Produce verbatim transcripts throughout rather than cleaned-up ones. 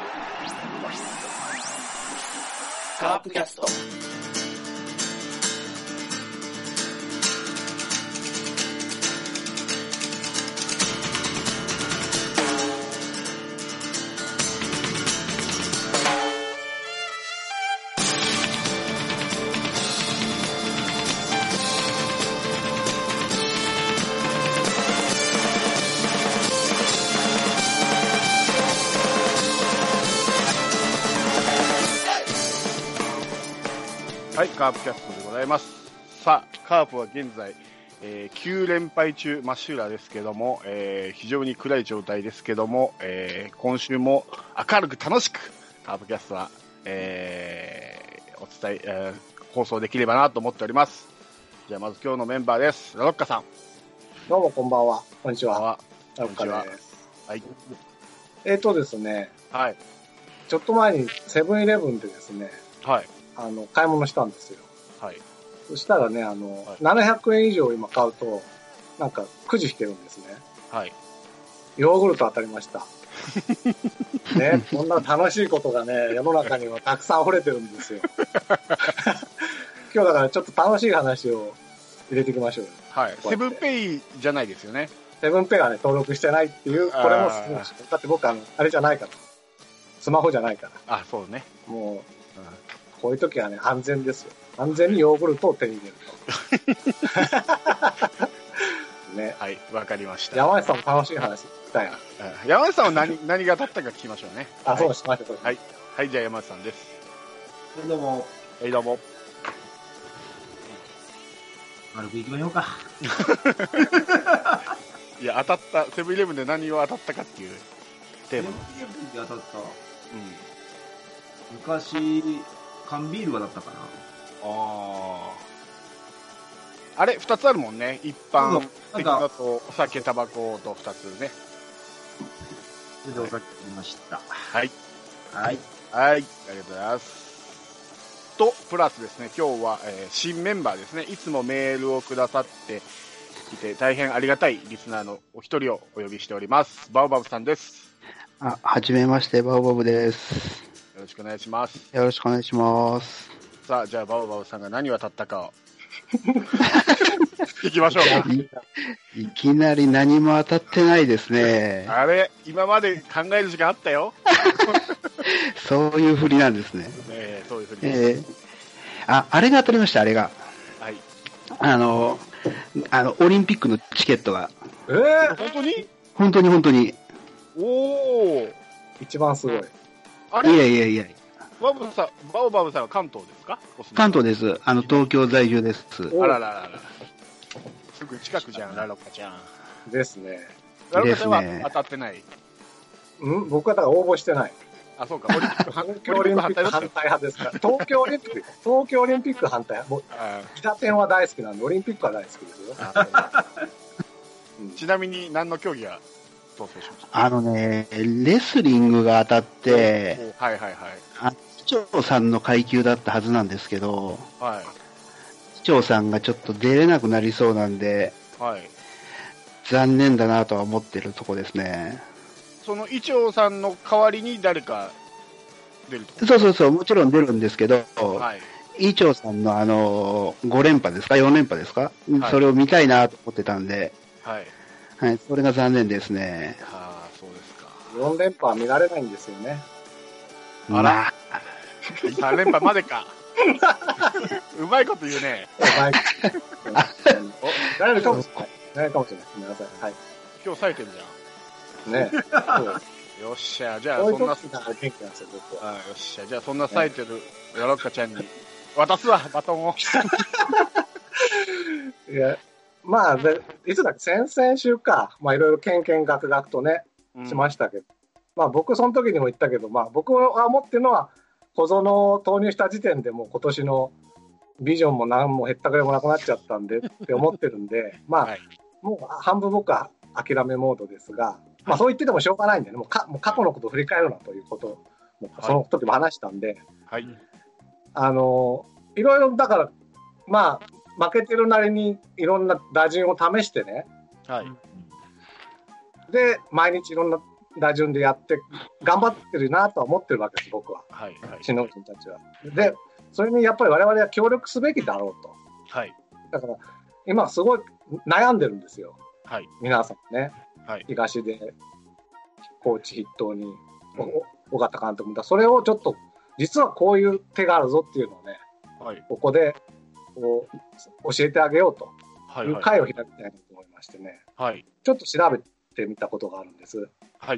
カープキャスト。 はい、カープキャストでございます。さあ、カープは現在、えー、きゅう連敗中、真っ白らですけども、えー、非常に暗い状態ですけども、えー、今週も明るく楽しく、カープキャストは、えー、お伝え、えー、放送できればなと思っております。じゃあ、まず今日のメンバーです。ラロッカさん。 どうもこんばんは。こんにちは。 こんばんは。 ラロッカです。 はい。 えーとですね、 はい。 ちょっと前にセブンイレブンでですね、 はい。 あの、買い物したんですよ。 はい。 そしたらね、あの、 はい、 ななひゃくえん以上今買うと、なんか、くじ引けるんですね。 はい。 ヨーグルト当たりました。ね、こんな楽しいことがね、世の中にはたくさん溢れてるんですよ。今日だからちょっと楽しい話を入れていきましょうよ。 はい。セブンペイじゃないですよね。 セブンペイはね、登録してないっていう、これもすごい。だって僕あの、あれじゃないから。スマホじゃないから。 あ、そうね。 もう、うん、こういう時はね、安全ですよ。安全にヨーグルトを手に入れると。ね。 はい、わかりました。 山内さんも楽しい話聞きたいな。 山内さんは何、何が当たったか聞きましょうね。 あ、そうしましょう。 はい。はい、じゃあ山内さんです。 どうも。 はい、どうも。 丸く行きましょうか。 いや、当たった、セブンイレブンで何を当たったかっていうテーマ。 セブンイレブンで当たった。 うん。 昔、缶ビールがだったかな。 ああ。あれ、二つあるもんね。一般的だと、お酒、タバコと二つね。 それでお酒飲みました。 はい。 はい。 はい。ありがとうございます。と、プラスですね、今日は、えー、新メンバーですね。いつもメールをくださっていて、大変ありがたいリスナーのお一人をお呼びしております。バオバブさんです。 あ、はじめまして、バオバブです。 よろしくお願いします。 よろしくお願いします。 さあ、じゃあ、バオバブさんが何を当たったかを。行きましょうか。 い, いきなり何も当たってないですね。 あれ、今まで考える時間あったよ。 そういう振りなんですね。 えー、そういう振りです。 えー、あ、あれが当たりました、あれが。 はい。 あの、あの、オリンピックのチケットが。 えー、 本当に本当に本当に。 おー。 一番すごい。 あれいやいやいや。 バオバブさん、バオバブさんは関東ですか？ 関東です。あの、東京在住です。 あらららら。すぐ近くじゃん、ラロッカちゃん。 ですね。 ラロッカちゃんは当たってない。 うん僕はだから応募してない。 あ、そうか。オリンピック東京オリンピック反対派ですから。東京オリンピック、東京オリンピック反対派。北天は大好きなんで、オリンピックは大好きですよ。 うん、ちなみに何の競技が当選しました？ あのね、レスリングが当たって、 はいはいはい。 あ、市長さんの階級だったはずなんですけど、 はい。 市長さんがちょっと出れなくなりそうなんで、 はい。 残念だなとは思ってるとこですね。 その市長さんの代わりに誰か出ると？ そうそうそう、もちろん出るんですけど、 はい、 市長さんのあのご連覇ですか、よん連覇ですか、はい、それを見たいなと思ってたんで、 はい、 はい、それが残念ですね。 ああ、そうですか。 よん連覇は見られないんですよね。 あら、さん連覇までか。うまいこと言うね。 うまいこと。お、なれるかもしれない。なれるかもしれない。ごめんなさい。はい。 今日冴えてるじゃん。 ねえ。 よっしゃ、じゃあそんな。 元気なんですよ、僕は。 あ、よっしゃ、じゃあそんな冴えてるラロッカちゃんに渡すわ、バトンを。 いや、まあ、でいつだっけ、先々週か。まあ、いろいろケンケンガクガクとね、しましたけど。うん、まあ、僕、その時にも言ったけど、まあ、僕が思ってるのは、小園を投入した時点でもう今年のビジョンも何もへったくれもなくなっちゃったんでって思ってるんで、まあ、はい、もう半分僕は諦めモードですが、まあそう言っててもしょうがないんでね、もうかもう過去のことを振り返るなということを、もうその時も話したんで、 はい、 あの、いろいろだから、まあ、負けてるなりにいろんな打順を試してね、 はい、 で、毎日いろんな打順でやって頑張ってるなとは思ってるわけです僕は、 はいはい、 首脳陣たちは。でそれにやっぱり我々は協力すべきだろうと。 はい、 だから今すごい悩んでるんですよ、 はい、 皆さんね、 はい、 東でコーチ筆頭に尾形監督もだ、それをちょっと実はこういう手があるぞっていうのをね、はい、ここでこう教えてあげようという会を開きたいなと思いましてね、はい、ちょっと調べてみたことがあるんです。はい。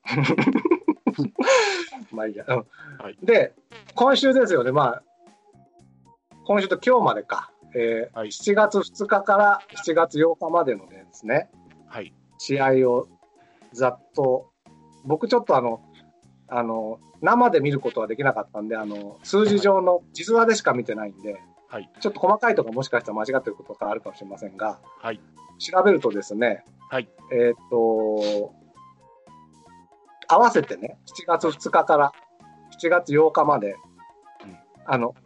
まあいいや、うん、はい、で今週ですよね、まあ今週と今日までか、えーはい、しちがつふつかからしちがつようかまでのですね、はい、試合をざっと僕ちょっとあのあの生で見ることはできなかったんで、あの数字上の地図でしか見てないんで、はい、ちょっと細かいところもしかしたら間違ってることがあるかもしれませんが、はい、調べるとですね、はい、えー、っと合わせてねしちがつふつかからしちがつようかまで、うん、あの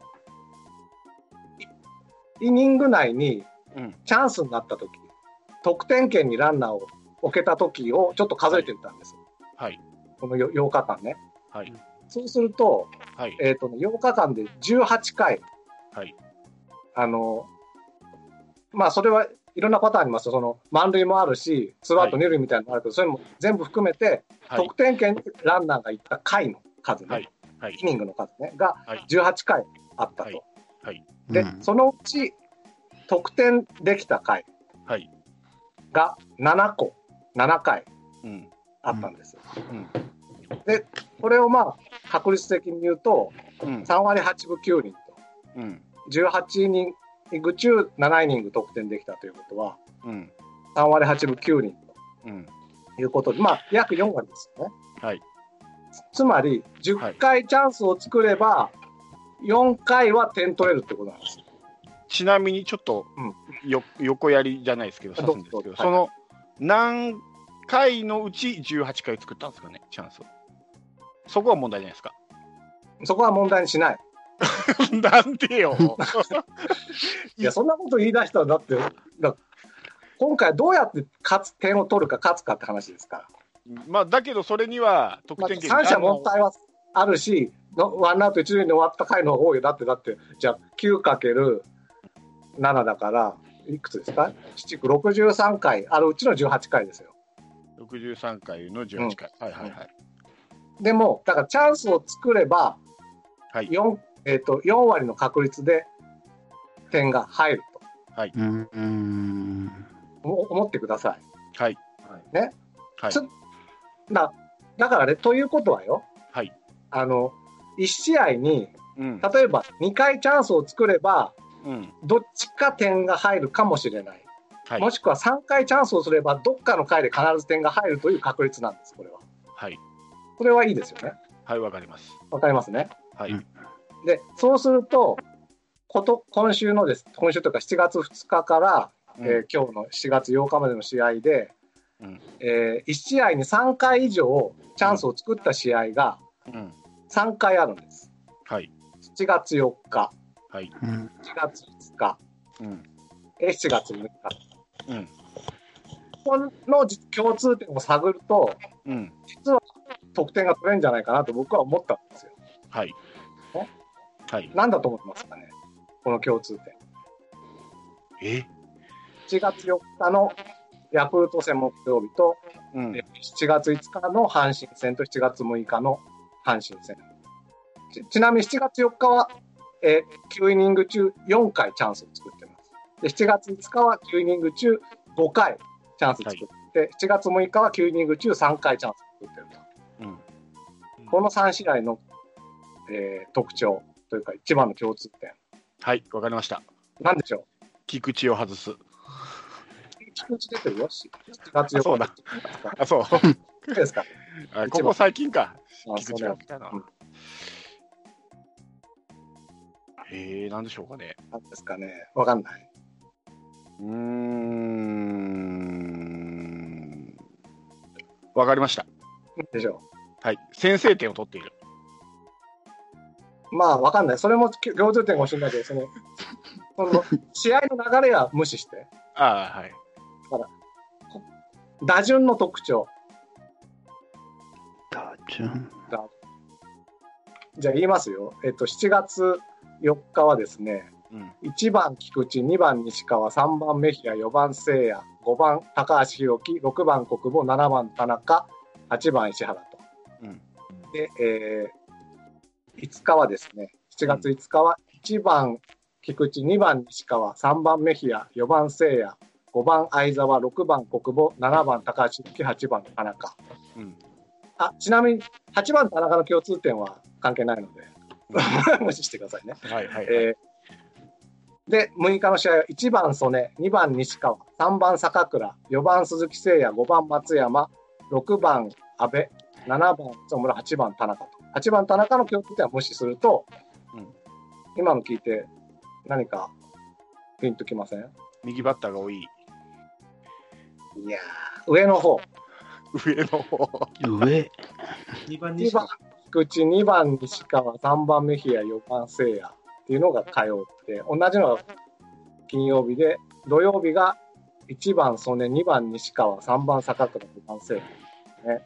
イニング内にチャンスになった時、うん、得点圏にランナーを置けた時をちょっと数えてみたんです、はい、このようかかんね、はい、そうすると、はい、えーとね、ようかかんでじゅうはちかい、はい、あのまあそれはいろんなパターンありますよ。その満塁もあるしツーアウト二塁みたいなのもあるけど、はい、それも全部含めて、はい、得点圏にランナーが行った回の数ね、はいはい、イニングの数ねがじゅうはちかいあったと、はいはい、で、うん、そのうち得点できた回がななこななかいあったんです、うんうん、でこれをまあ確率的に言うと、うん、さんわりはちぶきゅうりんと、うん、じゅうはちイニング中ななイニング得点できたということは、うん、さんわりはちぶきゅうりんということで、まあ約よんわりですよね、はい、つまりじゅっかいチャンスを作ればよんかいは点取れるってことなんです。 ちなみにちょっと、うん、よ横やりじゃないですけど指すんですけど、はい、その何回のうちじゅうはちかい作ったんですかね、チャンスを。そこは問題じゃないですか。 そこは問題にしない。 なんでよ。 いやそんなこと言い出したらだってだ今回どうやって勝つ点を取るか勝つかって話ですから。 まあだけどそれには得点圏に、まあ、 三者凡退はあるし、ワンアウト一塁に終わった回の方が多いよ。だってだってじゃあ きゅうかけるなな だからいくつですか、ななろくじゅうさんかいあるうちのじゅうはちかいですよ。 ろくじゅうさんかいのじゅうはちかい、うん、はいはいはい。 でもだからチャンスを作れば 4,、はいえー、とよんわりの確率で点が入ると、はい、うんうん思ってください。はい。ね。はい。だ, だからね、ということはよ、はい、あのいち試合に、うん、例えばにかいチャンスを作れば、うん、どっちか点が入るかもしれない、はい、もしくはさんかいチャンスをすればどっかの回で必ず点が入るという確率なんです、これは。はい。これはいいですよね。 はい、わかります。 わかりますね。 はい。 で、そうすると、こと今週のです、今週というかしちがつふつかから、うんえー、今日のしがつようかまでの試合で、うんえー、いち試合にさんかい以上チャンスを作った試合がさんかいあるんです、うんはい、しちがつよっか、はい、しちがつふつか、うん、しちがつむいか、うん、この共通点を探ると、うん、実は得点が取れるんじゃないかなと僕は思ったんですよ。はい。ねはい、何だと思ってますかね、この共通点。 えしちがつよっかのヤクルト戦木曜日と、うん、しちがついつかの阪神戦としちがつむいかの阪神戦。ち, ちなみにしちがつよっかは、えー、きゅうイニング中よんかいチャンスを作ってます。でしちがついつかはきゅうイニング中ごかいチャンス作って、はい、しちがつむいかはきゅうイニング中さんかいチャンス作ってると、うん、このさん試合の、えー、特徴というか一番の共通点。 はい、わかりました。 何でしょう。 菊池を外す。 菊池出てるよ。しちがつよっか。 あ、そう。 そうですか。 あ、ここ最近か。菊池が来たな。うん、へえ、なんでしょうかね。 なんですかね。わかんない。 うーん。わかりました。 でしょう。 はい。先制点を取っている。 まあ、わかんない。それも共通点かもしれないけど、その、その試合の流れは無視して。 ああ、はい。 だから、打順の特徴。 じゃん。 じゃあ言いますよ。えっと、しちがつよっかはですね、 うん。 いちばん菊池、にばん西川、さんばんメヒア、よばん聖也、ごばん高橋宏樹、ろくばん国母、ななばん田中、はちばん石原と。 うん。 で、えー、いつかはですね、しちがついつかはいちばん菊池、にばん西川、さんばんメヒア、よばん聖也、ごばん相澤、ろくばん国母、ななばん高橋宏樹、はちばん田中。 うん。 あ、ちなみにはちばん田中の共通点は関係ないので、無視してくださいね。 はいはいはい。 えーで、むいかの試合はいちばん曽根、にばん西川、さんばん坂倉、よばん鈴木誠也、ごばん松山、ろくばん阿部、ななばん磯村、はちばん田中と。はちばん田中の共通点は無視すると、 うん、 今の聞いて何かピンときません？ 右バッターが多い。 いやー、上の方。 上の方。 上。 にばんにばん菊池、にばん西川、さんばんメヒア、よばん誠也っていうのが通って、同じのが金曜日で、土曜日がいちばん曽根、にばん西川、さんばん坂倉、ごばん誠也。ね。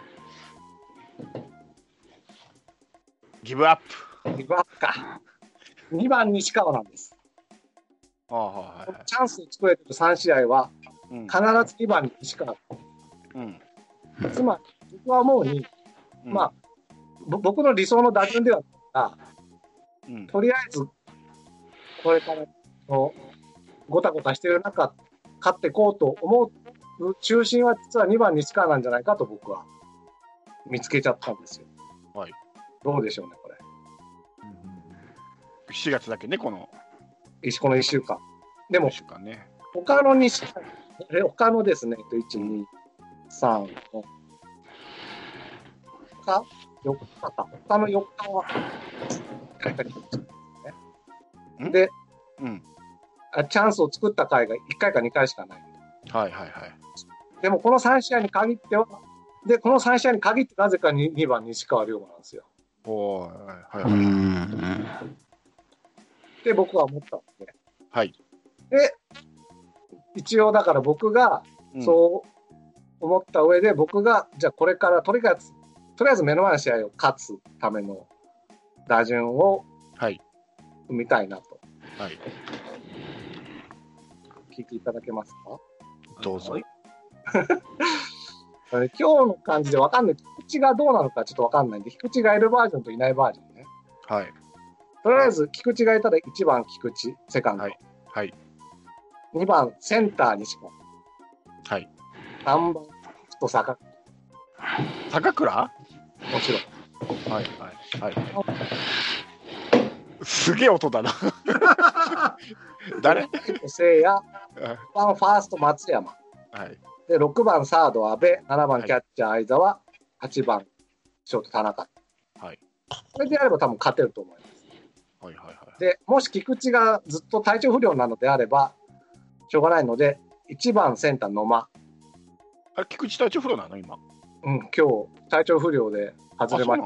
ギブアップ。 ギブアップか。にばん西川なんです。 ああ、はいはい。 チャンスを作れてるさん試合は、 うん、 必ずにばん西川。 うん。 つまり、僕はもうに、 うん、 まあ、僕の理想の打順ではなくうん、 とりあえず、これからのごたごたしている中、勝っていこうと思う中心は実はにばん西川なんじゃないかと僕は見つけちゃったんですよ。 はい。 どうでしょうね、これ。 しがつだけね、このこのいっしゅうかん。でも、 いっしゅうかんね。 他の西川、他のですね、いち、に、さん、他よっかか。他のよっかは、で、 うん、 チャンスを作った回がいっかいかにかいしかない。 はいはいはい。 でもこのさん試合に限っては、で、このさん試合に限ってなぜか に, にばん西川龍馬なんですよ。 おー、はいはい。 うん。 で、僕は思ったんで。 はい。 で、一応だから僕がそう思った上で、僕が、じゃあこれからとりあえず、とりあえず目の前の試合を勝つための打順を見たいなと。 はい。 聞いていただけますか？ どうぞ。 今日の感じで分かんない。菊池がどうなのかちょっと分かんないんで、菊池がいるバージョンといないバージョンね。 はい。 とりあえず、菊池がいたらいちばん菊池、セカンド。 はい。はい。 にばんセンター西川。 はい。 さんばんと坂倉。 坂倉？ もちろん。 はいはいはい。すげえ音だな。誰？ 聖也、ごばんファースト松山。 はい。 で、ろくばんサード阿部、ななばんキャッチャー相澤、はちばんショート田中。 はい。 これでやれば多分勝てると思います。 はいはいはい。 で、もし菊池がずっと体調不良なのであれば、しょうがないので、いちばんセンター野間。 あれ、菊池体調不良なの今？ うん、今日体調不良で外れました。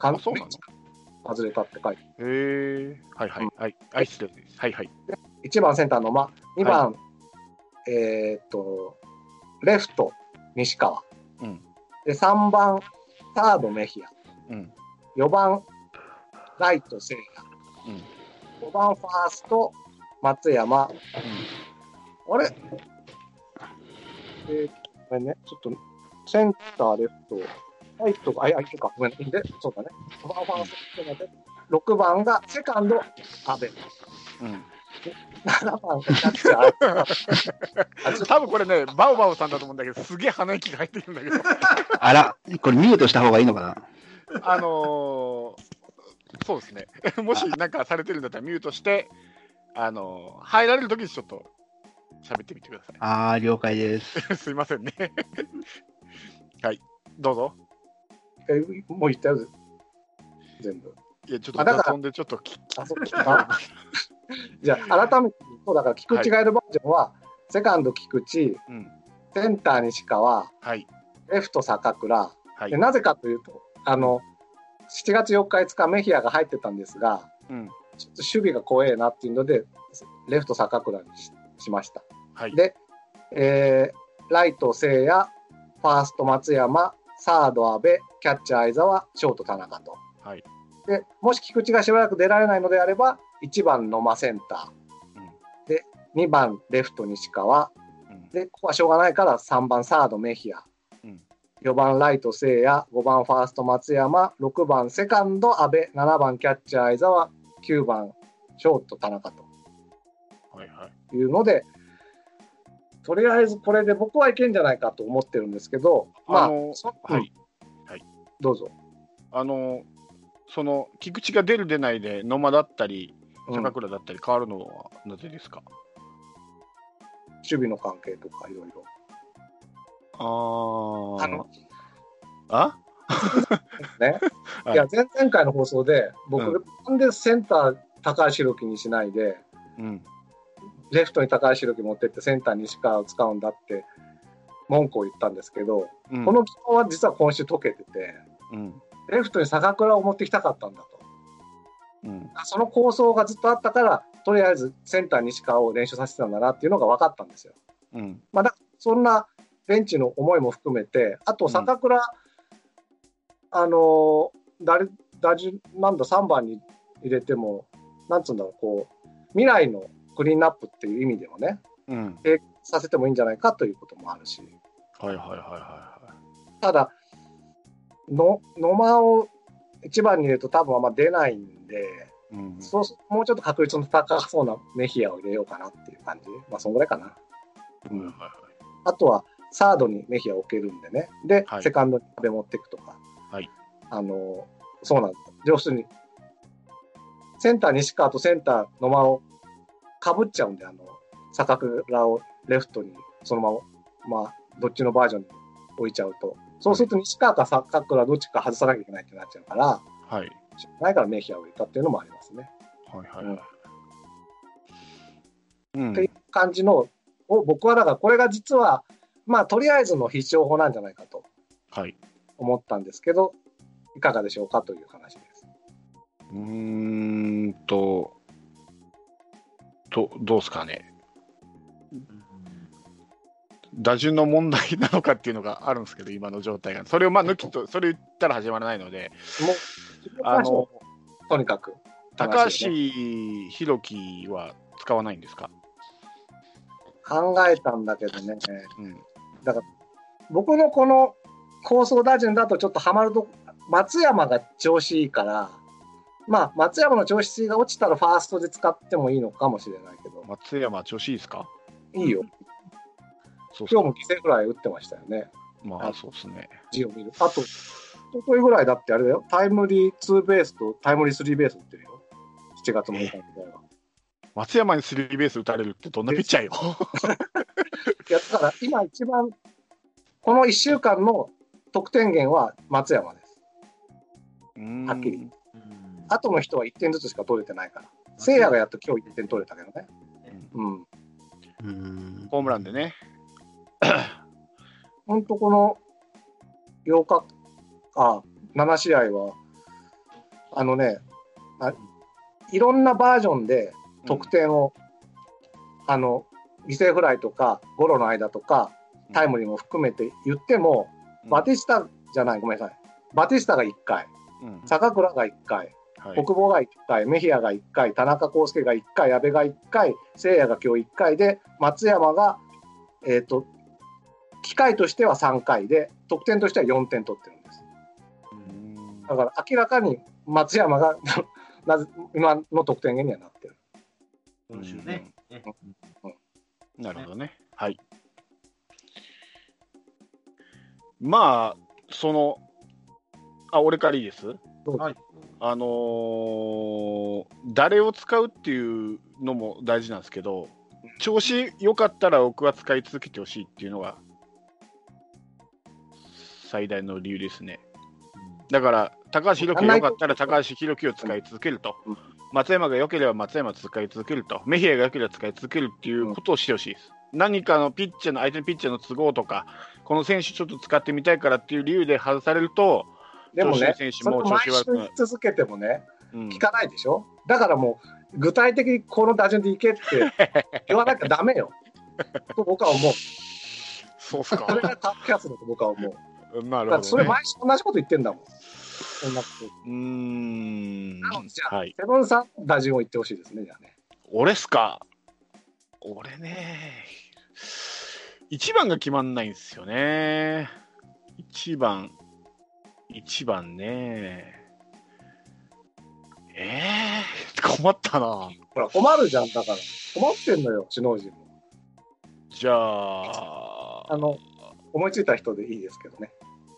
あ、そうなの？ 外れたって書いて。 へえ。はいはいはい。はい、失礼です。はいはい。 いちばんセンター野間、にばん、はい、えー、っと、レフト西川。 うん。で、 さんばんサードメヒア。 うん。 よばんライト聖也。うん。ごばんファースト松山。うん。あれ？えー、ごめんね。ちょっと、センター、レフト、ライト、あ、いや、いいか、ごめん。で、そうだね。ごばんファーストで、ろくばんがセカンド、阿部。うん。ななばんキャッチャー。 多分これね、バオバオさんだと思うんだけど、すげえ鼻息が入ってるんだけど。 あら、これミュートした方がいいのかな？ あのー、そうですね。もしなんかされてるんだったらミュートして、あのー、入られるときにちょっと喋ってみてください。 あー、了解です。 すいませんね。はい、どうぞ。 え、もう言ったよ、全部。 いや、ちょっと雑音でちょっと聞き。 あ、そうか。じゃあ、改めて、そうだから、菊池がいるバージョンは、はい、セカンド菊池、うん、センター西川、はい、レフト坂倉、はい、でなぜかというと、あの、しちがつよっかいつかメヒアが入ってたんですが、うん、ちょっと守備が怖えなっていうので、レフト坂倉に し, しました。はい、で、えー、ライト聖也、ファースト松山、 サード阿部、キャッチャー相澤、ショート田中と。 はい。 で、もし菊池がしばらく出られないのであれば、いちばん野間センター、うん、で、にばんレフト西川、うん、で、ここはしょうがないからさんばんサードメヒア、うん、よばんライト聖也、ごばんファースト松山、ろくばんセカンド阿部、ななばんキャッチャー相澤、きゅうばんショート田中と。はいはい。いうので、とりあえずこれで僕はいけんじゃないかと思ってるんですけど、まあ、あのー、はい、はい。どうぞ。 あのー、その、菊池が出る出ないで、野間だったり、坂倉だったり変わるのはなぜですか？ うん、守備の関係とかいろいろ。 ああのあね、はい、いや前々回の放送で僕、うん、なんでセンター高橋宏樹にしないで、うん、レフトに高橋宏樹持ってってセンター西川を使うんだって文句を言ったんですけど、うん、この疑問は実は今週解けてて、うん、レフトに坂倉を持ってきたかったんだと、うん、その構想がずっとあったからとりあえずセンター西川を練習させてたんだなっていうのが分かったんですよ、うんまあ、だそんなベンチの思いも含めて、あと坂倉、うん、あの打順なんださんばんに入れてもなんつうんだろう、こう未来のクリーンナップっていう意味でもね、うん、させてもいいんじゃないかということもあるし、 はいはいはいはい、 ただの野間をいちばんに入れると多分あんま出ないんで、うん、そうもうちょっと確率の高そうなメヒアを入れようかなっていう感じ、まあそんぐらいかな、うんはいはいはい、あとはサードにメヒアを置けるんでね、で、はい、セカンドに阿部持っていくとか、はい、あのそうなんです。要するにセンター西川とセンター野間をかぶっちゃうんで、あの坂倉をレフトにそのまま、まあ、どっちのバージョンに置いちゃうと、そうすると西川か坂倉どっちか外さなきゃいけないってなっちゃうから、はい、ないからメヒアを入れたっていうのもありますね。はいはいはいうん、っていう感じのを僕はだからこれが実はまあとりあえずの必勝法なんじゃないかと思ったんですけど、はい、いかがでしょうかという話です。 うーんとどどうですかね。打順の問題なのかっていうのがあるんですけど、今の状態がそれをまあ抜きとそれ言ったら始まらないので、もうあのとにかく高橋宏樹は使わないんですか？ 考えたんだけどね、うん、だから僕のこの構想打順だとちょっとハマると松山が調子いいから、まあ松山の調子が落ちたらファーストで使ってもいいのかもしれないけど。 松山調子いいですか？ いいよ。そうそう今日も犠牲フライ打ってましたよね。 まあそうですね。 字を見る。あと一昨日ぐらいだってあれだよ。タイムリーツーベースとタイムリースリーベース打ってるよ。しちがつむいかの試合は。 松山にスリーベース打たれるってどんなピッチャーよ。 いやだから今一番このいっしゅうかんの得点源は松山です。はっきり。あとの人はいってんずつしか取れてないから。聖夜がやっと今日いってん取れたけどね。うん。 うん、ホームランでね。 本当このようか、あ、ななしあいはあのねあ、いろんなバージョンで得点を、うん、あの犠牲フライとかゴロの間とかタイムリーも含めて言っても、うん、バティスタじゃないごめんなさいバティスタがいっかい、うん、坂倉がいっかい、はい、国防がいっかいメヒアがいっかい田中康介がいっかい阿部がいっかい聖夜が今日いっかいで松山がえっと機会としてはさんかいで得点としてはよんてん取ってるんです。うんだから明らかに松山がなぜ今の得点源にはなってる。 今週ね。 うんうん、なるほどね。はい。まあそのあ俺からいいです。はい。あのー、誰を使うっていうのも大事なんですけど、調子良かったら僕は使い続けてほしいっていうのが最大の理由ですね。だから高橋宏樹が良かったら高橋宏樹を使い続けると、松山が良ければ松山を使い続けると、メヒアが良ければ使い続けるっていうことをしてほしいです。何かのピッチャーの相手のピッチャーの都合とか、この選手ちょっと使ってみたいからっていう理由で外されると、 でもね、選手も調子悪くなる。毎週続けてもね、効かないでしょ。だからもう具体的にこの打順でいけって言わなきゃダメよと僕は思う。 そうっすか。 それがタップキャストだと僕は思う。 なるほど、ね。 だってそれ毎週同じこと言ってんだもん。そんなこと。 うーん。 なので、じゃあ、 はい、 セブンさん、打順を言ってほしいですね、じゃあね。 俺っすか。俺ね、一番が決まんないんですよね。一番、一番ね。えー、困ったな。 ほら、困るじゃん、だから。困ってんのよ、首脳陣も。 じゃあ、 あの、思いついた人でいいですけどね。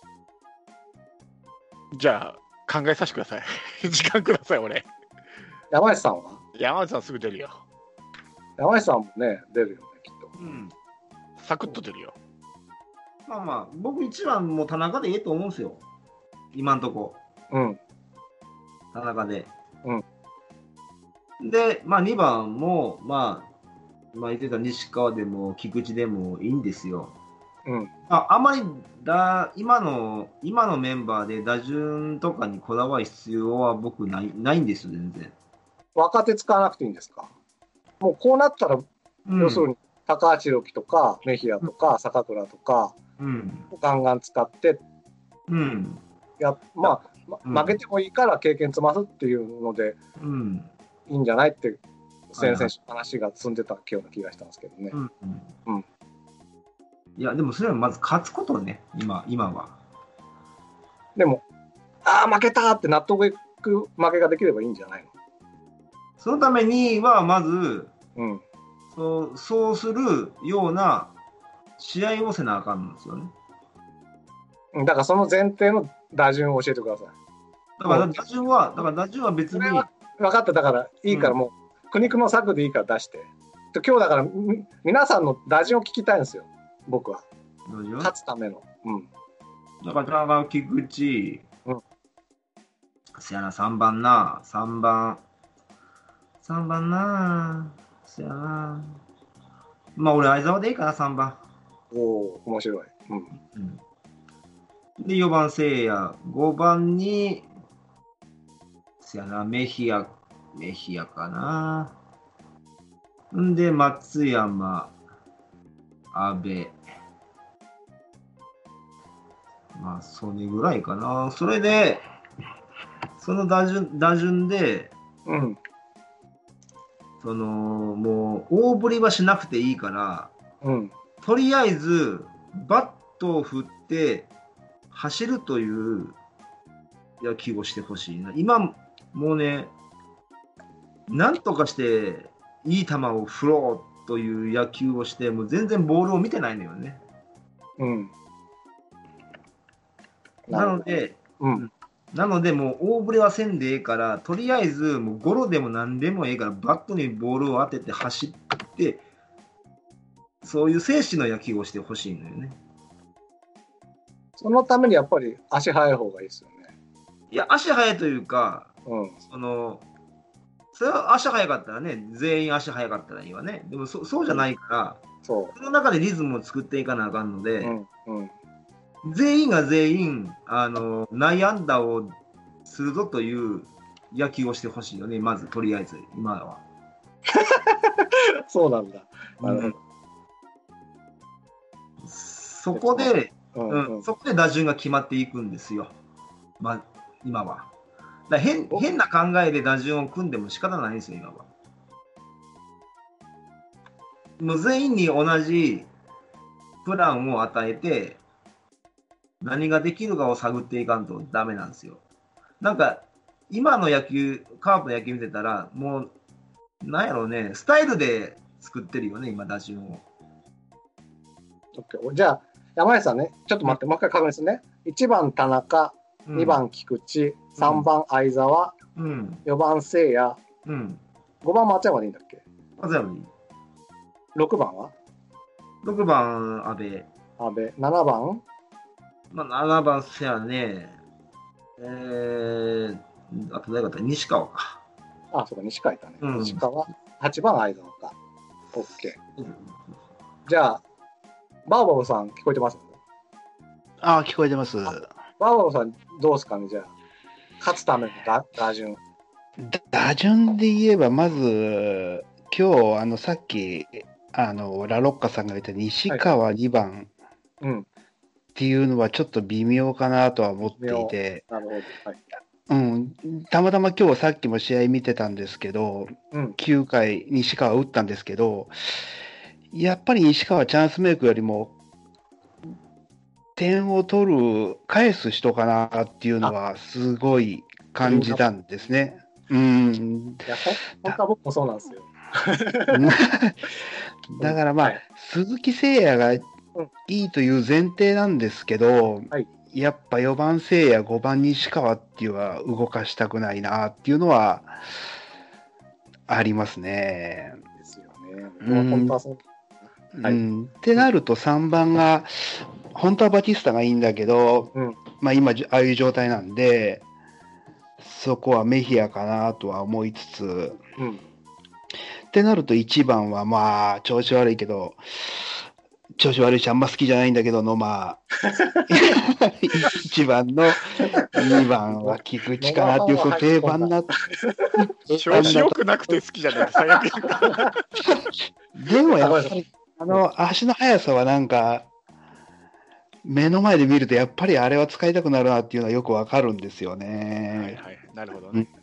じゃあ、考えさせてください。時間ください、俺。 山内さんは山内さんすぐ出るよ。 山内さんもね、出るよね、きっと。 うん。 サクッと出るよ。 まあまあ、僕一番も田中でいいと思うんですよ。今んとこ。 うん。 田中で。 うん。 で、まあにばんも、まあ、まあ言ってた西川でも菊池でもいいんですよ。 うん。 ああんまりだ今の今のメンバーで打順とかにこだわる必要は僕ないないんですよ、全然。 若手使わなくていいんですか？もうこうなったら、 うん、 要するに高橋宏樹とかメヒアとか坂倉とか、 うん、 ガンガン使ってうんや、まあ、 うん、 負けてもいいから経験積ますっていうのでうん、 いいんじゃないって先々週話が進んでたような気がしたんですけどね。 うん、 うん。 いやでもそれはまず勝つことね、今今は。 でも、ああ負けたって納得いく負けができればいいんじゃないの？ そのためにはまず、 うん、 そうそうするような試合をせなあかんんですよね。 だからその前提の打順を教えてください。 だから打順は、だから打順は別に。 分かった、だからいいからもう、うん、苦肉の策でいいから出して。今日だから皆さんの打順を聞きたいんですよ、僕は。勝つための。うん。 だから、菊池、 うん。 せやな、さんばんな、さんばん。さんばんな、せやな。まあ、俺、相沢でいいかな、さんばん。 おお、面白い。うん。 うん、で、よばん、せいや。ごばんに、せやな、メヒア、メヒアかな。んで、松山、阿部。まあ、それぐらいかな。それで、その打順、打順で、 うん。 その、もう、大振りはしなくていいから、 うん。 とりあえず、バットを振って、走るという野球をしてほしいな。今、もうね、なんとかして、いい球を振ろうという野球をして、もう全然ボールを見てないのよね。 うん。 なので、 うん、 なので、もう大振れはせんでええから、とりあえず、もうゴロでも何でもええから、バットにボールを当てて走って、そういう精神の野球をしてほしいのよね。 そのためにやっぱり足速い方がいいですよね。 いや、足速いというか、 うん、 その、それは足速かったらね、全員足速かったらいいわね。でもそ、そうじゃないから、 そう。 その中でリズムを作っていかなあかんので、 うんうん、 全員が全員、あの、内野安打をするぞという野球をしてほしいよね、まず、とりあえず、今は。 そうなんだ。 うん、そこで、うんうんうん、そこで打順が決まっていくんですよ、まあ、今は。だ変, 変な考えで打順を組んでも仕方ないんですよ、今は。もう全員に同じプランを与えて、何ができるかを探っていかんとダメなんですよ。なんか、今の野球、カープの野球見てたら、もう、なんやろうね、スタイルで作ってるよね、今、打順を。 じゃあ、山内さんね、ちょっと待って、うん、もう一回確認するね。いちばん田中、うん、にばん菊池、さんばん相澤、うん、よばん聖也、うん、ごばん松山でいいんだっけ？ 松山でいい。 ろくばんは？ ろくばん阿部。 阿部。ななばん？ まあ、ななばんせやね、えー、あと誰かった？西川か。 あ、そうか、西川いたね。うん、西川、はちばん相澤か。オッケー。うん、じゃあ、バーバブさん聞こえてます？ ああ、聞こえてます。 バーバブさんどうですかね、じゃあ。勝つための打、打順。 打順で言えば、まず、今日、あの、さっき、あの、ラロッカさんが言った西川にばん。 はい、うん。 っていうのはちょっと微妙かなとは思っていて、 なるほど。はい。 うん、たまたま今日さっきも試合見てたんですけど、 うん。 きゅうかい西川打ったんですけど、やっぱり西川チャンスメイクよりも点を取る、返す人かなっていうのはすごい感じたんですね。うん。 いや、ほ本当は僕もそうなんですよ。 だからまあ、 はい、 鈴木誠也がいいという前提なんですけど、 はい、 やっぱよばん誠也、ごばん西川っていうのは動かしたくないなっていうのはありますね。 ですよね。 うん、 本当はそう。はい、 うん。ってなるとさんばんが、本当はバティスタがいいんだけど、 うん、 まあ今、ああいう状態なんで、そこはメヒアかなとは思いつつ、 うん、 ってなるといちばんはまあ、調子悪いけど、調子悪いしあんま好きじゃないんだけどの、まあ、いちばんのにばんは菊池かなっていう、その定番な。 調子良くなくて好きじゃないと最悪やから。 でもやっぱり、あの、足の速さはなんか、目の前で見るとやっぱりあれは使いたくなるなっていうのはよくわかるんですよね。 はいはい、なるほどね。うん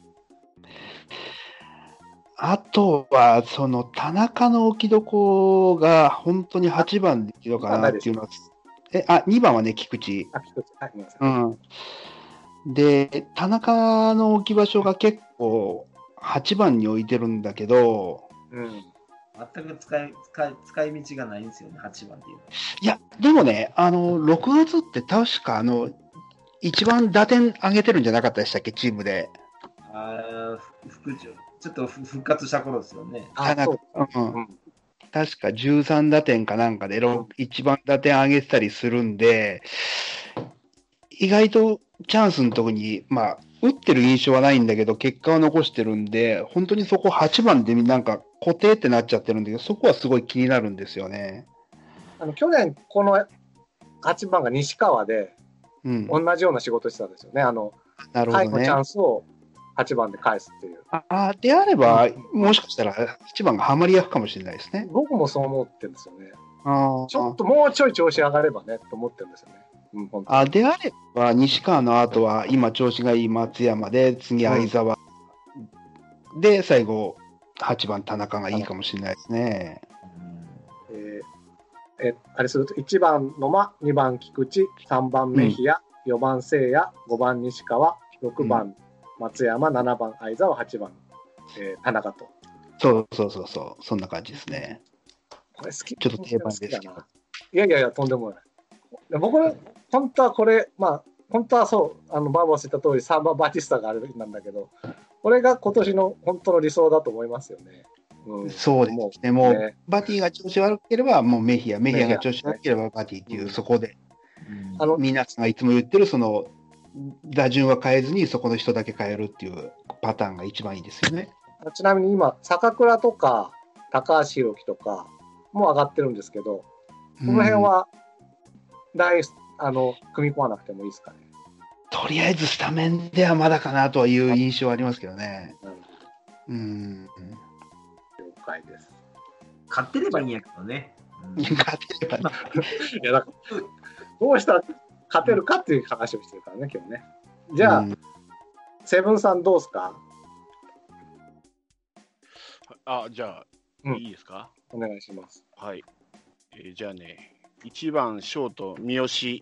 あとは、その、田中の置きどこが本当にはちばんでいいのかなっていうのは、え、あ、にばんはね、菊池。 あ、菊池、はい、 うん。で、田中の置き場所が結構はちばんに置いてるんだけど、 うん。 全く使い、使い、使い道がないんですよね、はちばんっていうのは。 いや、でもね、あの、ろくがつって確か、あの、一番打点上げてるんじゃなかったでしたっけ、チームで。 ああ、副長。ちょっと復活した頃ですよね。 あ、そう。 うん。確かじゅうさん打点かなんかで、一番打点上げてたりするんで、意外とチャンスのとこに、まあ、打ってる印象はないんだけど、結果を残してるんで、本当にそこはちばんでなんか固定ってなっちゃってるんだけど、そこはすごい気になるんですよね。 あの去年、このはちばんが西川で、うん、同じような仕事してたんですよね。あの、 なるほどね。 下位のチャンスをはちばんで返すっていう。 ああ、であれば、うん、もしかしたらはちばんがハマり役かもしれないですね。 僕もそう思ってるんですよね。 あちょっともうちょい調子上がればね、と思ってるんですよね。 うん、あであれば、西川の後は、今調子がいい松山で、次相澤、うん、で、最後、はちばん田中がいいかもしれないですね。 うん、えー、えあれすると、いちばん野間、にばん菊池、さんばんメヒア、うん、よばん誠也、ごばん西川、ろくばん松山、ななばん相澤、はちばん、えー、田中と。 そうそうそうそう、そんな感じですね。 これ好き。 ちょっと定番ですけど。 いやいやいや、とんでもない。僕、本当はこれ、まあ、本当はそう、あのバーボス言った通り、サンバ・バティスタがあるべきなんだけど、これが今年の本当の理想だと思いますよね。 うん、そうですね、もう、ね、バティが調子悪ければ、もうメヒア、メヒアが調子悪ければバティっていう、そこで、うん、あの皆さんがいつも言ってる、その、打順は変えずに、そこの人だけ変えるっていうパターンが一番いいですよね。 ちなみに今、坂倉とか高橋宏樹とかも上がってるんですけど、この辺は、大、あの、組み込まなくてもいいですかね。 とりあえずスタメンではまだかなという印象はありますけどね。うん。うん、 了解です。 勝ってればいいんやけどね。 うん、勝てれば、ね。 いや、だからどうしたら勝てるかっていう話をしてるからね、今日ね。じゃあ、うん、セブンさんどうですか？ あ、じゃあ、うん、いいですか？ お願いします。 はい。えー、じゃあね、いちばんショート三好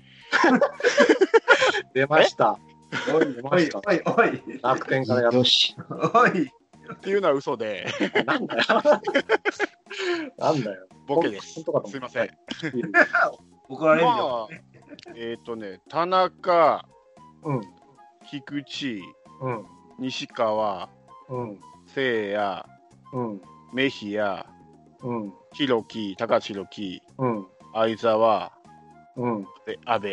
出ました。 おい出ました。おいおい楽天からやっよし。 おいっていうのは嘘で。 なんだよ。なんだよ。 ボケです。すいません。 怒られるよ。 まあ、えっ、ー、とね、田中、 うん、 菊池、 うん、 西川、 うん、 聖也、 うん、 メヒア、 うん、 弘樹、高橋弘樹、 うん、 相澤、 うん、 で、阿部。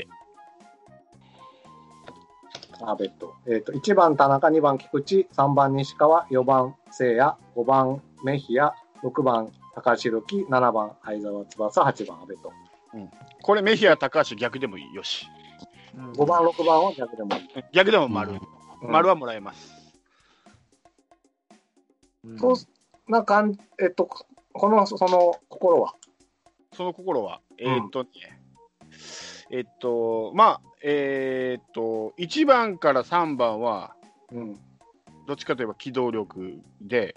阿部と。えっ、ー、と、いちばん田中、にばん菊池、さんばん西川、よばん聖也、ごばんメヒア、ろくばん高橋宏樹、ななばん相澤翼、はちばん阿部と。 うん、これメヒア、高橋逆でもいいよし。 ごばん、ろくばんは逆でもいい。 逆でも丸。うん、丸はもらえます。 うん、そうな感じ、えっと、この、その心はその心は、えー、っとね、 えっと、まあ、えーっと、いちばんからさんばんは、 うん。 どっちかといえば機動力で、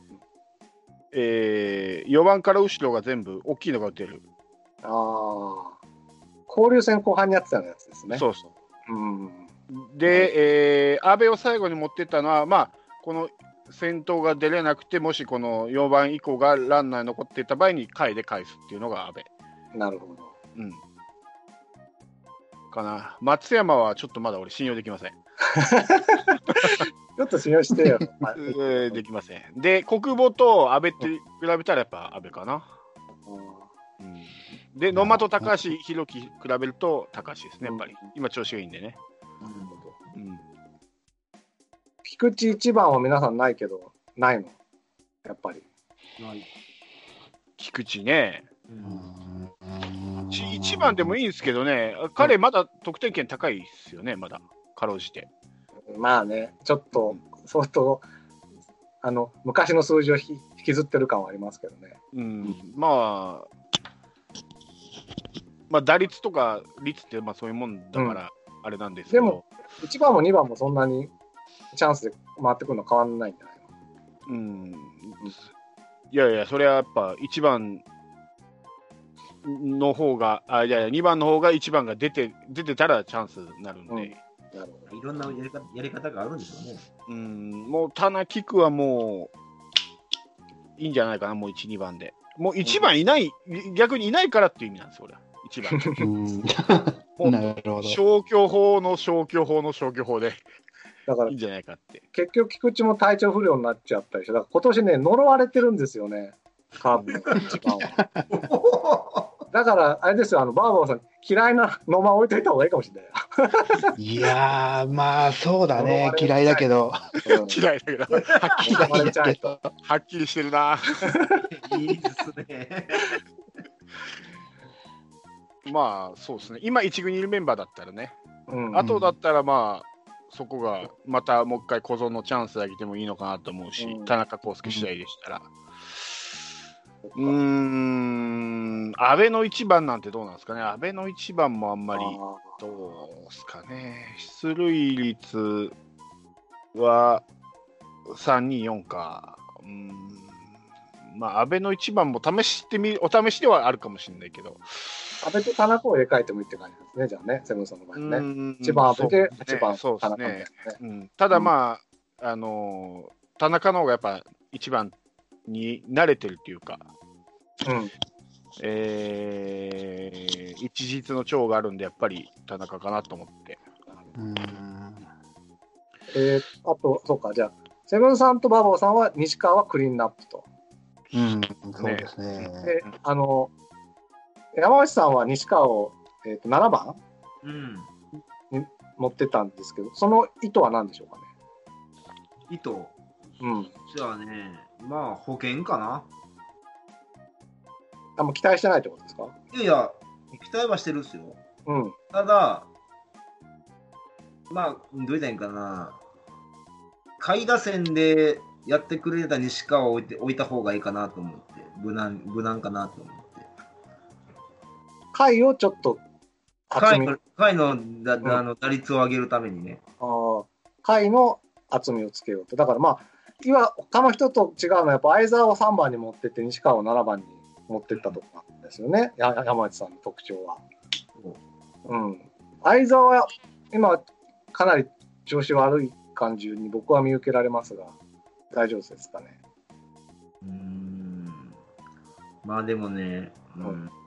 えー、よんばんから後ろが全部大きいのが打てる。 ああ。交流戦後半にやってたようなやつですね。 そうそうん。 う。で、えー、阿部を最後に持ってったのは、まあ、この先頭が出れなくて、もしこのよんばん以降がランナーに残っていた場合に回で返すっていうのが阿部。 なるほど。 うん。かな。松山はちょっとまだ俺信用できません。 ちょっと信用してよ。まあえーできません。で、国母と阿部って比べたらやっぱ阿部かな。うん、で、野間と高橋宏樹比べると高橋ですね、やっぱり。今調子がいいんでね。 なるほど。 うん、 菊池いちばんは皆さんないけど、ないのやっぱり。 ない。 菊池ね。 うんちいちばんでもいいんですけどね、彼まだ得点圏高いですよね、まだ。かろうじて。 まあね、ちょっと、相当、あの、昔の数字を引きずってる感はありますけどね。 うん、まあ、まあ、打率とか率ってまあそういうもんだからあれなんですけど、 でもいちばんもにばんもそんなにチャンスで回ってくるの変わらないんじゃないの？ うん、いやいや、それはやっぱいちばんの方が、あ、いやいや、にばんの方がいちばんが出て出てたらチャンスになるんで、 うん、なるほいろんなやり方やり方があるんでしょうね。 うん、もう棚菊はもういいんじゃないかな、もういち、にばんで。もういちばんいない、逆にいないからっていう意味なんですよ、俺は。いちばん。 うんなるほど。 消去法の消去法の消去法でだからいいんじゃないかって。 結局菊池も体調不良になっちゃったりして、だから今年ね呪われてるんですよね、カープの一番は。だからあれですよ、あのバーバーさん嫌いな野間置いといた方がいいかもしれない。 いやー、まあそうだね、嫌いだけど。 うん嫌いだけど、はっきり呪わ嫌いれちゃうとだけど。 はっきりしてるな。 いいですね。 まあそうですね、今一軍にいるメンバーだったらね、 うんあとだったらまあそこがまたもう一回小園のチャンスあげてもいいのかなと思うし、 うん田中康介次第でしたら、うーん、阿部のいちばんなんてどうなんですかね、阿部のいちばんもあんまりどうですかね、出塁率はさんによんか、うーん、まあ阿部のいちばんも試してみお試しではあるかもしれないけど、 阿部と田中を入れ替えてもいいって感じですね、じゃあね、セブンさんの場合ね。 ねいちばん阿部ではちばんそうです田中みたいなねね。うん、ただまあ、あのー田中の方がやっぱいちばんに慣れてるっていうか、 うんえー、一日の長があるんで、やっぱり田中かなと思って。 うんえー、あと、そうか、じゃあ、セブンさんとバボーさんは西川はクリーンナップと。 うん、そうですね。 で、あの、山内さんは西川を、えー、とななばんうん。 持ってたんですけど、その意図は何でしょうかね。 糸。 うん。 じゃあね、まあ保険かな。 あんま期待してないってことですか？ いやいや、期待はしてるっすよ。 うん。 ただ、まあ、どう言ったらいいんかな。下位打線でやってくれた西川を置いて置いた方がいいかなと思って、無難無難かなと思って。 回をちょっと厚み、 下位の下位のだうんあの打率を上げるためにね。 あー回の厚みをつけようと。だからまあ、今、他の人と違うのは、やっぱ相沢をさんばんに持ってって、西川をななばんに持ってったとこなんですよね、や山内さんの特徴は。うん。相沢は今、かなり調子悪い感じに僕は見受けられますが、大丈夫ですかね。 うーん。まあでもね、うん。 ううんん、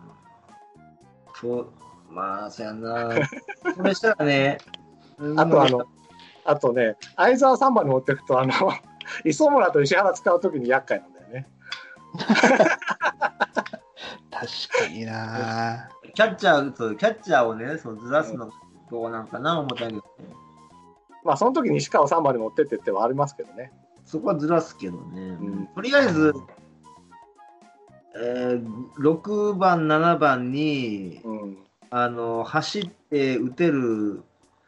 そう、まあ、そやな。それしたらね、 あとあの、あとね、相沢さんばんに持っていくと、あの、磯村と石原使うときに厄介なんだよね。 確かにな。 キャッチャー、そうキャッチャーをね、そうずらすのどうなんかな思ったけど、 まあ、その時に西川をさんばんに持ってってってはありますけどね。 そこはずらすけどね。 んとりあえず、えー、ろくばん、ななばんに、 うん。 あの走って打てる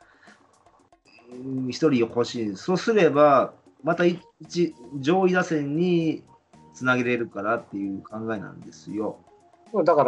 うん一人欲しい。そうすれば、また一上位打線につなげれるからっていう考えなんですよ。 だから、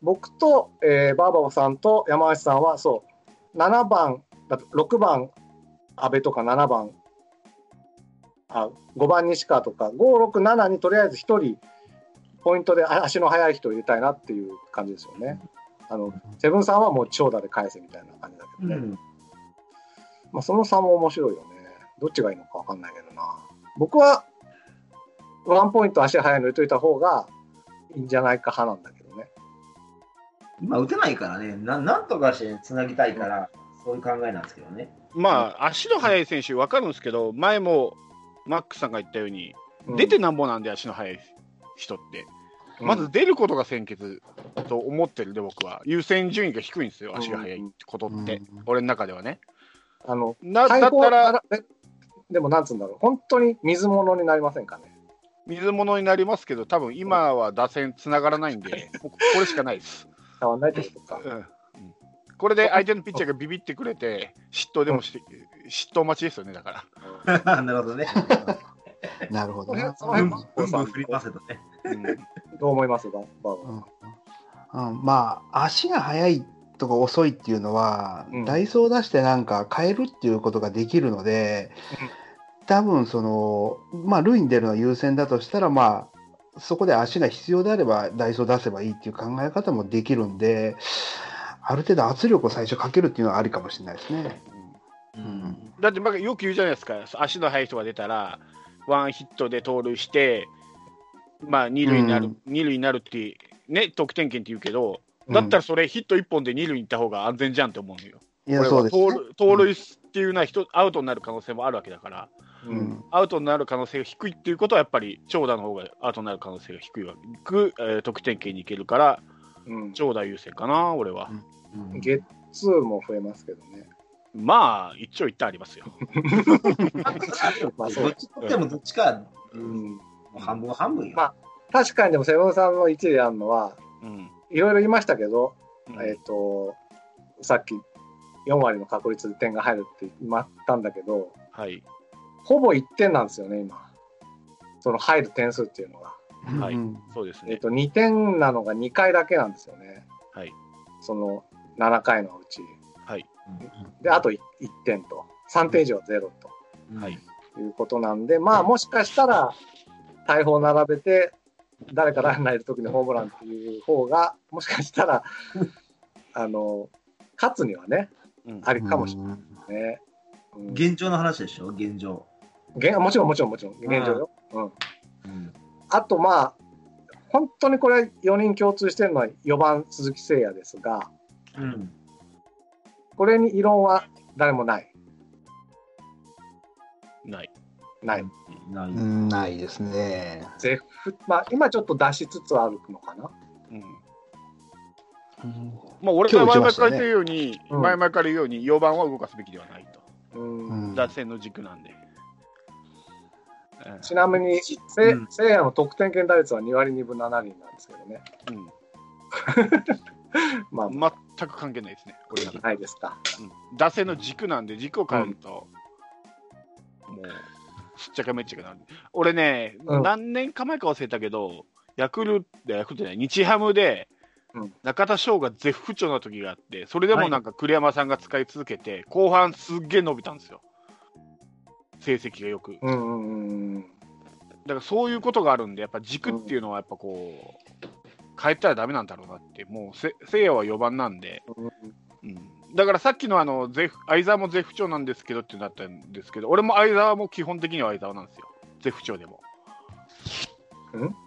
僕と、えー、バーバオさんと山橋さんはそうななばんだとろくばん阿部とかななばんあごばん西川とかご、ろく、ななにとりあえずひとりポイントで足の速い人を入れたいなっていう感じですよね。あのセブンさんはもう長打で返せみたいな感じだけどね、うんまあ、その差も面白いよね。どっちがいいのか分かんないけどな。僕はワンポイント足速いの入れといた方がいいんじゃないか派なんだけどね。 今打てないからね、ななんとかしてつなぎたいから、そういう考えなんですけどね。 まあ、足の速い選手分かるんですけど、前もマックさんが言ったように、 うん、 出てなんぼなんで足の速い人って、うん、まず出ることが先決と思ってるで、僕は優先順位が低いんですよ、足が速いことって、うん、俺の中ではね。 あのなだったらでもなんつうんだろう、本当に水物になりませんかね。 水物になりますけど、多分今は打線つながらないんで、これしかないです。 変わんないってことか、 うんうん。これで相手のピッチャーがビビってくれて、嫉妬でもして、うん、嫉妬待ちですよね、だから。なるほどね。 なるほどね。 その辺も振りますとね。 どう思いますか、バーバー、うんうん。まあ、足が速いとか遅いっていうのは、うん、ダイソーを出してなんか変えるっていうことができるので、うん多分その、まあ、塁に出るのは優先だとしたら、まあ、そこで足が必要であれば、ダイソー出せばいいっていう考え方もできるんで、ある程度圧力を最初かけるっていうのはありかもしれないですね。 うんうん、だって、まあ、よく言うじゃないですか、足の速い人が出たら、ワンヒットで盗塁して、まあ、二塁になる、うん、二塁になるって、ね、得点圏って言うけど、だったらそれ、ヒットいっぽんで二塁に行った方が安全じゃんって思うのよ。 いやそうですね、 盗塁っていうのは人アウトになる可能性もあるわけだから、 うん、 アウトになる可能性が低いっていうことはやっぱり長打の方がアウトになる可能性が低いわけ、えー、得点圏に行けるから、うん、長打優先かな俺は、 うんうん、ゲッツーも増えますけどね。 まあ一長一短ありますよ。 まあそうどっちとってもどっちか、うん、もう半分半分よ。 まあ確かにでもセブンさんの一理あるのは、うん、いろいろ言いましたけど、うん、えっ、ー、とさっきよんわりの確率で点が入るって言ったんだけど、 はい、 ほぼいってんなんですよね今。その入る点数っていうのが。 はい、そうですね。 えっとにてんなのがにかいだけなんですよね。 はい。 そのななかいのうち。 はい。 であといってんとさんてん以上はゼロと、 はい、 いうことなんで、まあもしかしたら大砲並べて誰かランナーいるときにホームランっていう方がもしかしたらあの勝つにはね、うん、ありかもしれないね。 うん、現状の話でしょ、現状。 現もちろんもちろんもちろん現状よ。うんうん、あとまあ本当にこれよにん共通してるのはよばん鈴木誠也ですが、うん、これに異論は誰もない。 ない。 ない。 ない。ないですね。 ゼフ、まあ今ちょっと出しつつあるのかな。うん。 うん、まあ俺が前々から言ってるように、ね、前々から言うようによばんは動かすべきではないと。うん。打線の軸なんで。 ちなみにせ、うん、せいやの得点圏打率はにわりにぶななりんなんですけどね。うん。 まあ全く関係ないですね。俺はないですか、 うん。打線の軸なんで軸を変えると、うん、もうしっちゃかめっちゃかなる。俺ね、うん、何年か前か忘れたけど、ヤクルトヤクルトじゃない日ハムで、うん、中田翔が絶不調な時があって、それでもなんか栗山さんが使い続けて、はい、後半すっげえ伸びたんですよ。成績がよく、うんうんうん、だからそういうことがあるんでやっぱ軸っていうのはやっぱこう変えたらダメなんだろうなって。もうせせいやはよばんなんで、うん、だからさっきのあのゼ相澤も絶不調なんですけどってなったんですけど、俺も相澤も基本的には相澤なんですよ、絶不調でも。 うん、うんうん、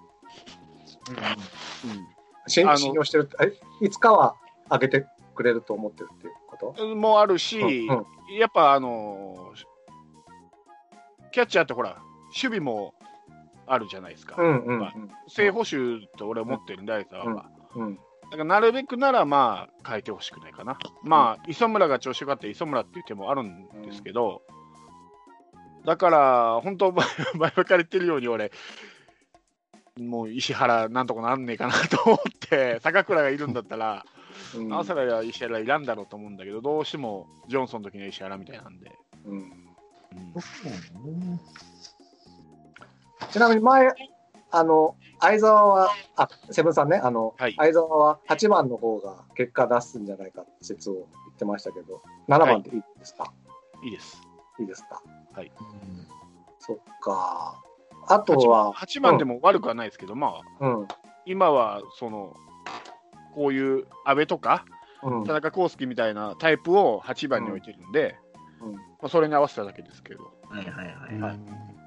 信用してる。いつかは上げてくれると思ってるっていうこともあるし、うんうん、やっぱあのキャッチャーってほら守備もあるじゃないですか。うんうんうんまあ、正捕手と俺は思ってるんで、相澤は。うんうん、だからなるべくならまあ変えてほしくないかな。まあ磯村が調子よかったら磯村っていう手もあるんですけど、うん、だから本当前々から言ってるように俺もう石原なんとかなんねえかなと思って坂倉がいるんだったら、うん、なおさら石原いらんだろうと思うんだけど、どうしてもジョンソンの時の石原みたいなんで。うんうん、 ちなみに前あの、相沢は、あ、セブンさんね、あの、 はい相沢ははちばんの方が結果出すんじゃないかって説を言ってましたけど、ななばんでいいですか？ いいです。 いいですか？ はい。 そっか。あとは、 はちばんでも悪くはないですけど、まあ、 うん、 今は、その、こういう安倍とか、 うん、 田中康介みたいなタイプをはちばんに置いてるんで、 うん。 まあ、それに合わせただけですけど。 はいはいはい。 はい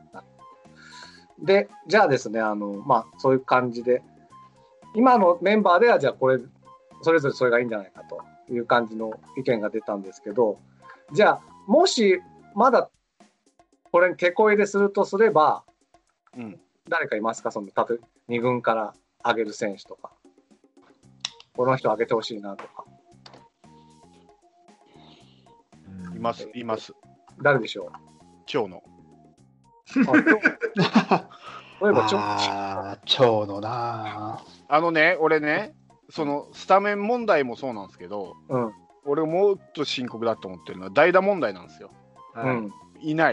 で、じゃあですね、あの、まあ、そういう感じで、今のメンバーでは、じゃあこれ、それぞれそれがいいんじゃないかという感じの意見が出たんですけど、じゃあ、もし、まだ、これに手こ入れするとすれば、 うん。 誰かいますか？その、例えばに軍から上げる選手とか。この人上げてほしいなとか。 います、います。 誰でしょう？ 蝶野。 あ、今日例えば、ちょっああ、蝶野な。 あのね、俺ね、そのスタメン問題もそうなんですけど、 と、うん、 俺もっと深刻だと思ってるのは代打問題なんですよ。 はい。 うん、 いない。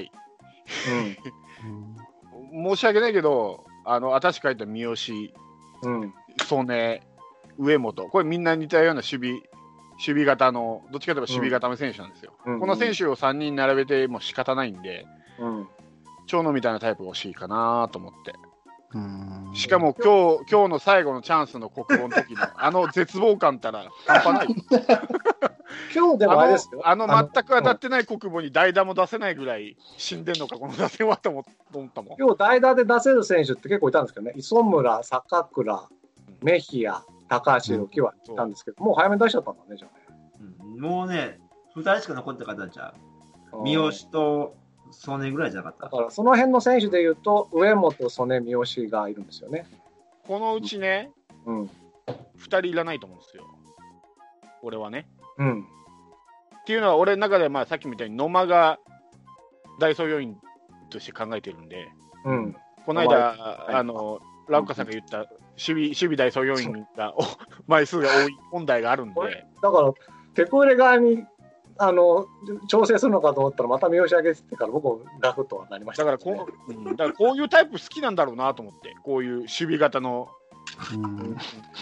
申し訳ないけど、あの、新しく書いた三好、 うん、うん、 曽根、上本、これみんな似たような守備、守備型の、どっちかといえば守備型の選手なんですよ。 うん、 この選手をさんにん並べても仕方ないんで、 うん。 長野みたいなタイプが欲しいかなと思って。 うんしかも今日、今日の最後のチャンスの国語の時のあの絶望感ったら半端ない。 今日でもあれですよ。 あの、あの全く当たってない国母に代打も出せないぐらい死んでんのか、この打線はと思ったもん。 今日代打で出せる選手って結構いたんですけどね、磯村、坂倉、メヒア、高橋宏樹はいたんですけど、もう早めに出しちゃったんだね、じゃあね。 うんもうね、ふたりしか残ってなかったんちゃう。三好と曽根ぐらいじゃなかった。 だからその辺の選手でいうと、上本、曽根、三好がいるんですよね。 このうちね、 うん。 ふたりいらないと思うんですよ。俺はね。 うん。 っていうのは、俺の中ではまあさっきみたいに野間が代走要員として考えてるんで、 うん。 この間、あの、ラウカさんが言った守備、守備代走要員が、お枚数が多い問題があるんで。 だから、テコ入れ側に、あの、調整するのかと思ったら、また三好上げててから、僕もガクとはなりました、 だからこう、うん、だからこういうタイプ好きなんだろうなと思って、こういう守備型の、 うん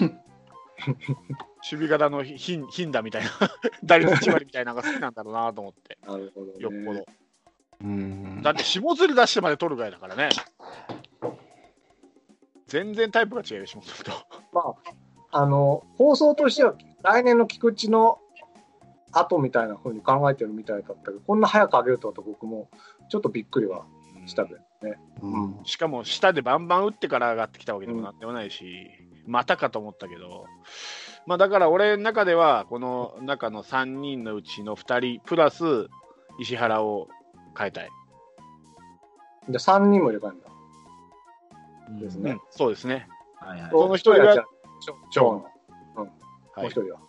守備型の頻頻打みたいな、打率いち割みたいなのが好きなんだろうなと思って、 なるほど、ね、 よっぽど。 うんだって、下釣り出してまで取るぐらいだからね。全然タイプが違うよ、下釣りと。 まあ、あの、放送としては、来年の菊池の後みたいな風に考えてるみたいだったけど、こんな早く上げるとはと僕もちょっとびっくりはしたけどね。 うんしかも、下でバンバン打ってから上がってきたわけでもなんでもないし、またかと思ったけど、まあ、だから俺の中では、この中のさんにんのうちのふたり、プラス石原を変えたい。 じゃあさんにんも入れ替えるんだ。ですね。 うん、そうですね。 はいはい。 その一人がじゃあ長野。うん。 はもうい一人は。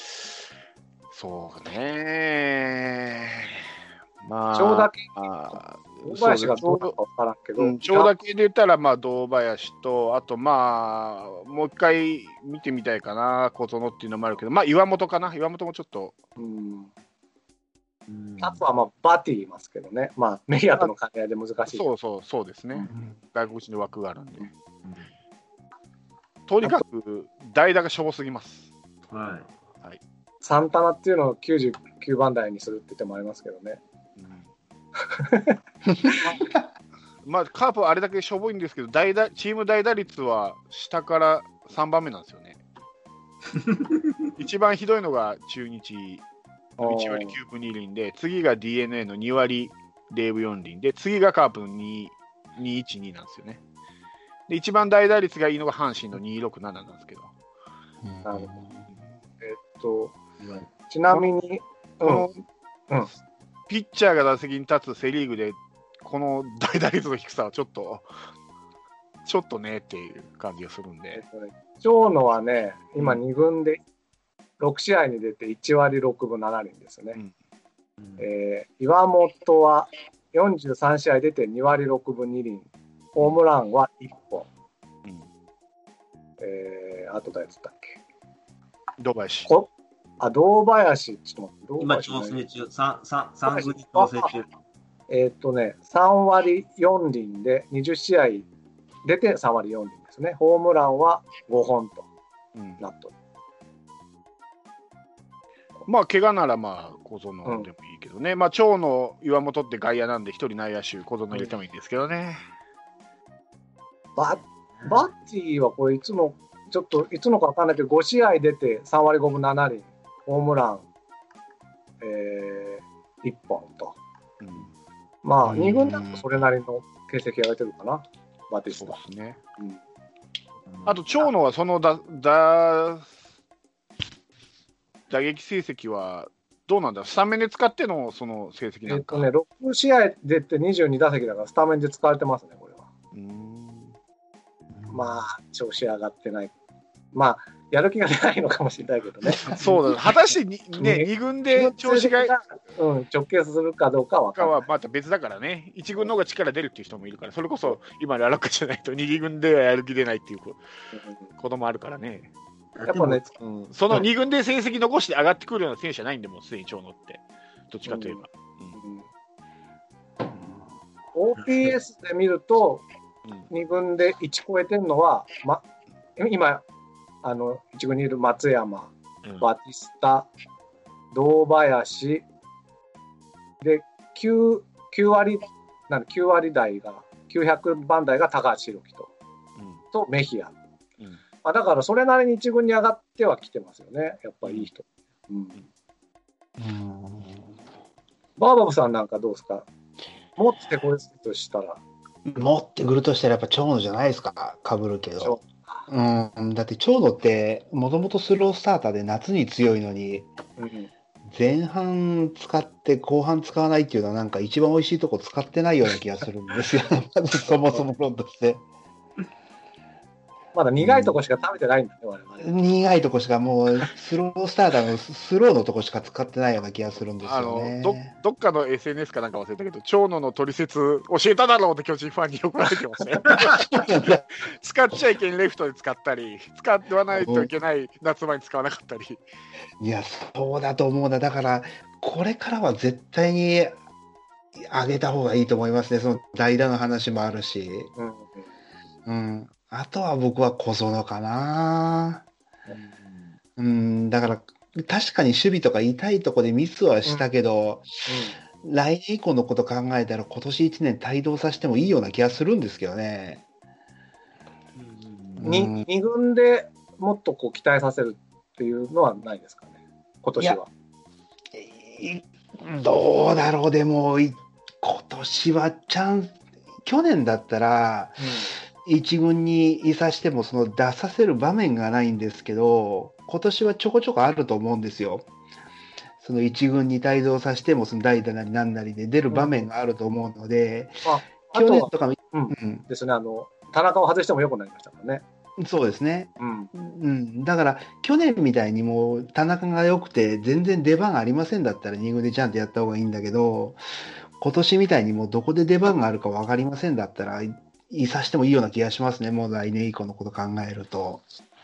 そうね。まあ、 長打系あ大林がどうなるか分からんけど、 うん、長打系で言ったら、まあ、堂林と、あと、まあ、もう一回見てみたいかな、小園っていうのもあるけど、まあ、岩本かな、岩本もちょっと。 うん、 うんあとはまあバティいますけどね、まあ、メヒアとの兼ね合いで難しい。 そうそう、そうですね。 うん外国人の枠があるんで。とにかく、代打がしょぼすぎます。 はい。 サンタナっていうのをきゅうじゅうきゅうばん台にするって手もありますけどね。 うんまあ、カープはあれだけしょぼいんですけど、代打チーム代打率は下からさんばんめなんですよね。一番ひどいのが中日いち割きゅうぶに厘で、次が ディーエヌエー のに割ぜろぶよん厘で、次がカープのにいちになんですよね。で、一番代打率がいいのが阪神のにろくなななんですけど。 なるほど。えっと、ちなみに、 この、 うんうんピッチャーが打席に立つセ・リーグで、この代打率の低さはちょっと、ちょっとねっていう感じがするんえで。 っとね、長野はね、今に軍でろく試合に出ていち割ろくぶなな厘ですね。 うんえー岩本はよんじゅうさん試合出てに割ろくぶに厘、ホームランはっぽん。 うんえー、あと誰やつだっけ堂林。 こあ、堂林、ちょっと待って、堂今、 林ね調整中、さん、さん、さん軍に調整中。 えーっとね、さん割よん厘でにじゅう試合出てさんわりよんりんですね。ホームランはごほんとうん、 なっとる。 まあ怪我ならまあ小園でもいいけどね、うん、まあ長野岩本って外野なんで一人内野手小園入れてもいいんですけどね。 ババッティはこれいつのちょっといつのか分かんないけどごしあい出てさんわりごぶななりんホームラン、えー、いっぽんと、うん、まあに軍だとそれなりの成績上げてるかなバティスタ。 そうですね、うん、あと長野はそのだだ打撃成績はどうなんだ、スタメンで使ってのその成績なんか。 えっとね、ろくしあい出てにじゅうにだせきだからスタメンで使われてますね、これは。うーん、まあ、調子上がってない。まあ、やる気が出ないのかもしれないけどね。 そうだ、果たしてに、ね、に軍で調子が、 うん、直結するかどうかは分からない。 はまた別だからね、いち軍の方が力出るっていう人もいるから、それこそ今のララックじゃないとに軍ではやる気出ないっていうこともあるからね。 やっぱね、 うん、そのに軍で成績残して上がってくるような選手じゃないんで、もうすでに長野って、どっちかといえば。うんうん、 オーピーエス で見ると、に軍でいち超えてるのは、ま、今あの、いち軍にいる松山、うん、バティスタ、堂林、で 9, 9割、なんきゅう割台が、きゅうひゃくばん台が高橋宏樹と、うん、とメヒア。あ、だからそれなりに一軍に上がってはきてますよね、やっぱりいい人。うんうん、バーバブさんなんかどうですか、持ってこいとしたら。 持ってくるとしたらやっぱ長野じゃないですか、かぶるけど。うん、だって長野ってもともとスロースターターで夏に強いのに、うん、前半使って後半使わないっていうのはなんか一番美味しいとこ使ってないような気がするんですよまずそもそも論として。 まだ苦いとこしか食べてないんだね、我々。 苦いとこしか、もうスロースターターのスローのとこしか使ってないような気がするんですよね。 あの ど, どっかの エスエヌエス かなんか忘れたけど、長野の取説教えただろうって巨人ファンに怒られてましたね使っちゃいけんレフトで使ったり、使わないといけない夏場に使わなかったり。 いや、そうだと思うんだ。だからこれからは絶対に上げた方がいいと思いますね。その代打の話もあるし、うん、うん、あとは僕は小園かな、うん、うん、だから確かに守備とか痛いとこでミスはしたけど、うんうん、来年以降のこと考えたら今年いちねん帯同させてもいいような気がするんですけどね。 うん、にに軍でもっとこう期待させるっていうのはないですかね、今年は。 どうだろう、でも今年はチャンス、去年だったら、うん、一軍にいさしてもその出させる場面がないんですけど、今年はちょこちょこあると思うんですよ。その一軍に帯同させてもその代打なり何なりで出る場面があると思うので、うん、あ去年とか、うんうん、ですね、あの田中を外しても良くなりましたからね。 そうですね、うんうん、だから去年みたいにもう田中が良くて全然出番ありませんだったらに軍でちゃんとやった方がいいんだけど、今年みたいにもうどこで出番があるか分かりませんだったらいさしてもいいような気がしますね、もう来年以降のこと考えると。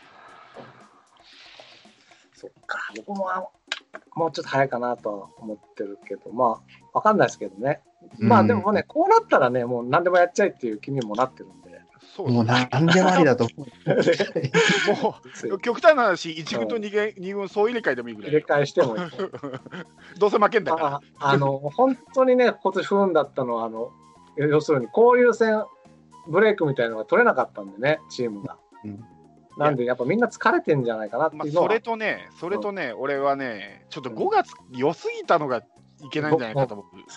そっか、僕ももうちょっと早いかなとは思ってるけど、まあ分かんないですけどね、うん、まあでもね、こうなったらね、もう何でもやっちゃえっていう気にもなってるんで、 そうもう何でもありだと思うもう極端な話、いち軍とに軍、に軍総入れ替えでもいいぐらい。 入れ替えしてもいいどうせ負けんだから。 あ, あの本当にね、今年不運だったのは、あの要するに交流戦ブレイクみたいなのが取れなかったんでね、チームが。うん、なんでやっぱみんな疲れてんじゃないかなっていうのは、 まあ、それとね、それとね、うん、俺はね、ちょっとごがつ良すぎたのがいけないんじゃないかと思う。